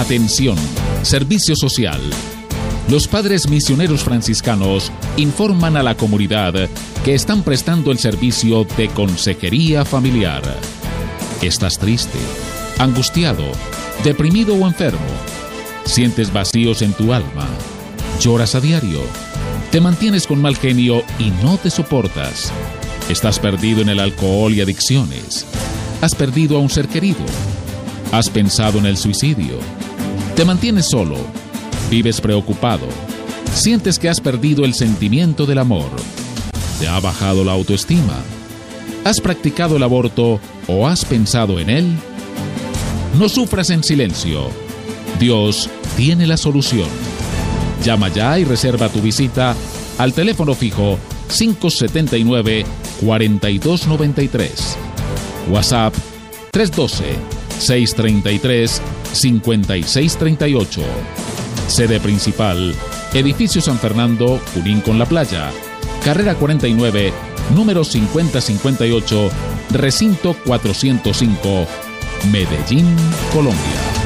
Atención, servicio social. Los padres misioneros franciscanos informan a la comunidad que están prestando el servicio de consejería familiar. ¿Estás triste, angustiado, deprimido o enfermo? ¿Sientes vacíos en tu alma? ¿Lloras a diario? ¿Te mantienes con mal genio y no te soportas? ¿Estás perdido en el alcohol y adicciones? ¿Has perdido a un ser querido? ¿Has pensado en el suicidio? ¿Te mantienes solo? ¿Vives preocupado? ¿Sientes que has perdido el sentimiento del amor? ¿Te ha bajado la autoestima? ¿Has practicado el aborto o has pensado en él? No sufras en silencio. Dios tiene la solución. Llama ya y reserva tu visita al teléfono fijo 579-4293. WhatsApp 312-633-5638. Sede principal, Edificio San Fernando, Junín con la Playa. Carrera 49, número 5058, Recinto 405, Medellín, Colombia.